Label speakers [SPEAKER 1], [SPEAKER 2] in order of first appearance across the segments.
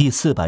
[SPEAKER 1] 第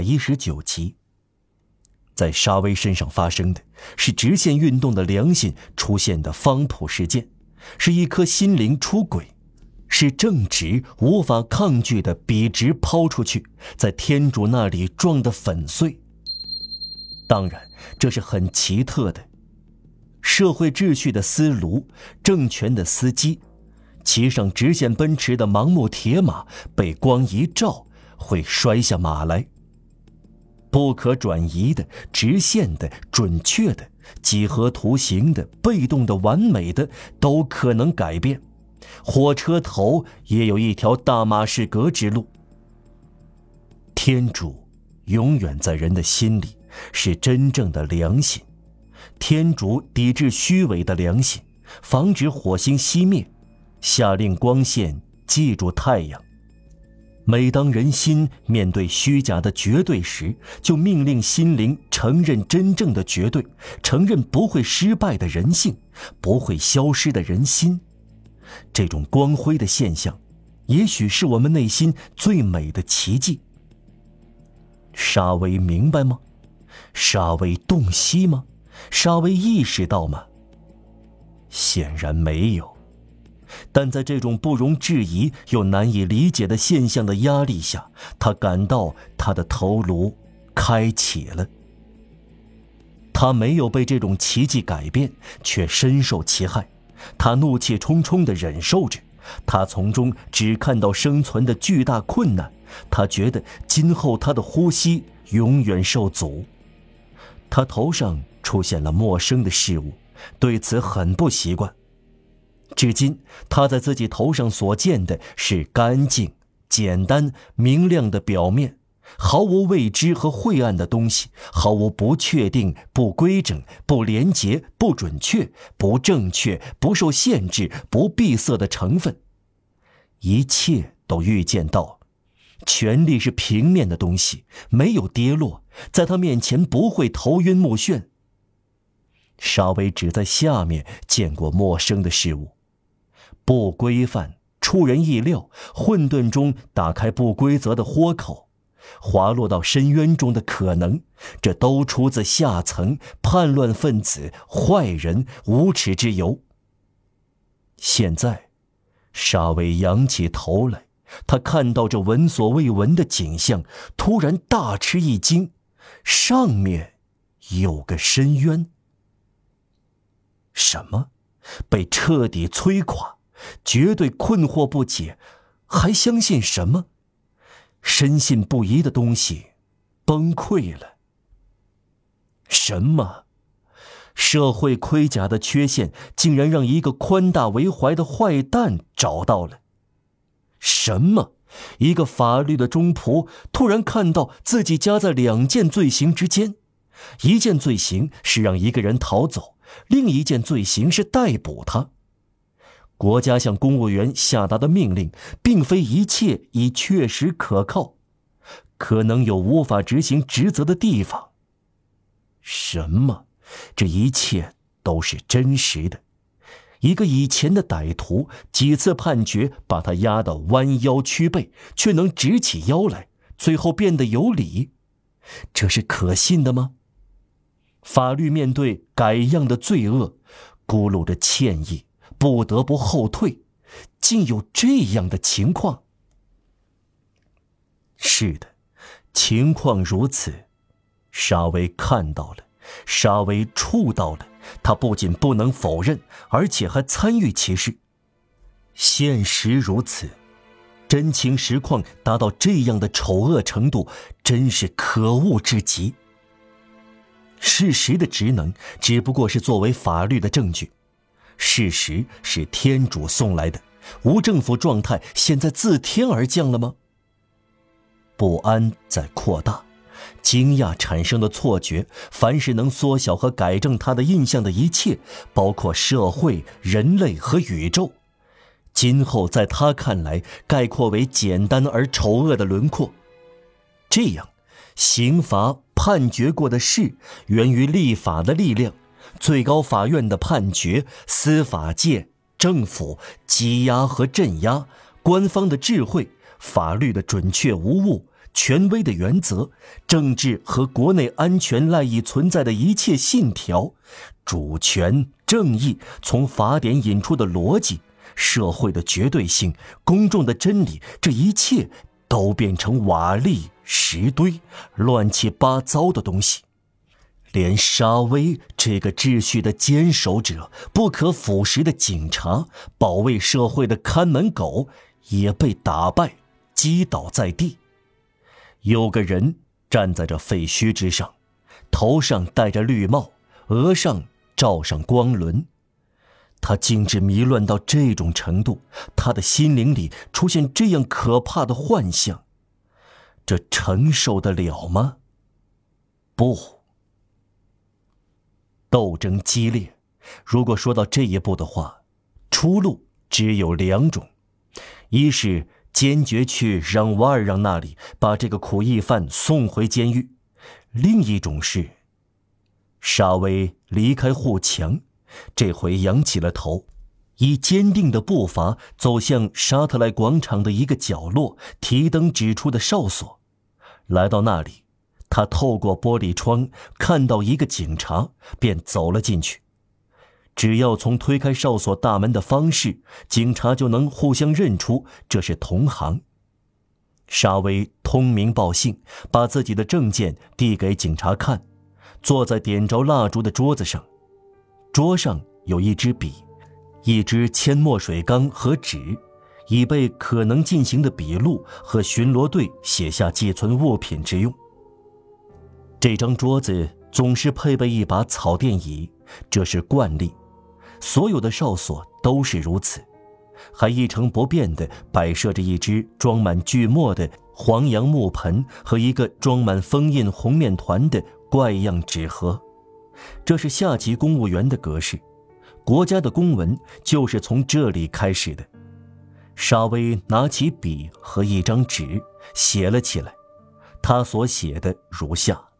[SPEAKER 1] 419集。在沙威身上发生的是直线运动的良心出现的方谱事件，是一颗心灵出轨，是正直无法抗拒的笔直抛出去，在天主那里撞得粉碎。当然，这是很奇特的。社会秩序的司炉，政权的司机，骑上直线奔驰的盲目铁马，被光一照会摔下马来。不可转移的、直线的、准确的、几何图形的、被动的、完美的，都可能改变。火车头也有一条大马士革之路。天主永远在人的心里，是真正的良心。天主抵制虚伪的良心，防止火星熄灭，下令光线记住太阳。每当人心面对虚假的绝对时，就命令心灵承认真正的绝对，承认不会失败的人性，不会消失的人心。这种光辉的现象，也许是我们内心最美的奇迹。沙威明白吗？沙威洞悉吗？沙威意识到吗？显然没有。但在这种不容置疑又难以理解的现象的压力下，他感到他的头颅开启了。他没有被这种奇迹改变，却深受其害。他怒气冲冲地忍受着，他从中只看到生存的巨大困难。他觉得今后他的呼吸永远受阻。他头上出现了陌生的事物，对此很不习惯。至今他在自己头上所见的是干净、简单、明亮的表面，毫无未知和晦暗的东西，毫无不确定、不规整、不廉洁、不准确、不正确、不受限制、不闭塞的成分。一切都预见到，权力是平面的东西，没有跌落，在他面前不会头晕目眩。沙威只在下面见过陌生的事物，不规范、出人意料、混沌中打开不规则的豁口，滑落到深渊中的可能，这都出自下层叛乱分子、坏人无耻之尤。现在沙威仰起头来，他看到这闻所未闻的景象，突然大吃一惊，上面有个深渊。什么？被彻底摧垮，绝对困惑不解，还相信什么？深信不疑的东西崩溃了。什么？社会盔甲的缺陷竟然让一个宽大为怀的坏蛋找到了。什么？一个法律的忠仆突然看到自己夹在两件罪行之间，一件罪行是让一个人逃走，另一件罪行是逮捕他。国家向公务员下达的命令，并非一切已确实可靠，可能有无法执行职责的地方。什么？这一切都是真实的。一个以前的歹徒，几次判决把他压得弯腰屈背，却能直起腰来，最后变得有理。这是可信的吗？法律面对改样的罪恶，咕噜着歉意，不得不后退。竟有这样的情况？是的，情况如此。沙威看到了，沙威触到了，他不仅不能否认，而且还参与其事。现实如此，真情实况达到这样的丑恶程度，真是可恶至极。事实的职能只不过是作为法律的证据，事实是天主送来的，无政府状态现在自天而降了吗？不安在扩大，惊讶产生的错觉，凡是能缩小和改正他的印象的一切，包括社会、人类和宇宙，今后在他看来概括为简单而丑恶的轮廓。这样，刑罚判决过的事源于立法的力量，最高法院的判决，司法界、政府、羁押和镇压，官方的智慧，法律的准确无误， 权威的原则、政治和国内安全赖以存在的一切信条、主权、正义从法典引出的逻辑、社会的绝对性、公众的真理，这一切都变成瓦砾、石堆、乱七八糟的东西。连沙威这个秩序的坚守者、不可腐蚀的警察、保卫社会的看门狗，也被打败，击倒在地。有个人站在这废墟之上，头上戴着绿帽，额上罩上光轮。他精致迷乱到这种程度，他的心灵里出现这样可怕的幻象，这承受得了吗？不。斗争激烈，如果说到这一步的话，出路只有两种：一是坚决去让瓦尔让那里把这个苦役犯送回监狱；另一种是沙威离开护墙，这回扬起了头，以坚定的步伐走向沙特莱广场的一个角落，提灯指出的哨所。来到那里，他透过玻璃窗看到一个警察，便走了进去。只要从推开哨所大门的方式，警察就能互相认出这是同行。沙威通名报姓，把自己的证件递给警察看，坐在点着蜡烛的桌子上，桌上有一支笔、一支铅墨水缸和纸，以备可能进行的笔录和巡逻队写下寄存物品之用。这张桌子总是配备一把草垫椅，这是惯例，所有的哨所都是如此，还一成不变地摆设着一只装满锯末的黄杨木盆和一个装满封印红面团的怪样纸盒。这是下级公务员的格式，国家的公文就是从这里开始的。沙威拿起笔和一张纸写了起来，他所写的如下：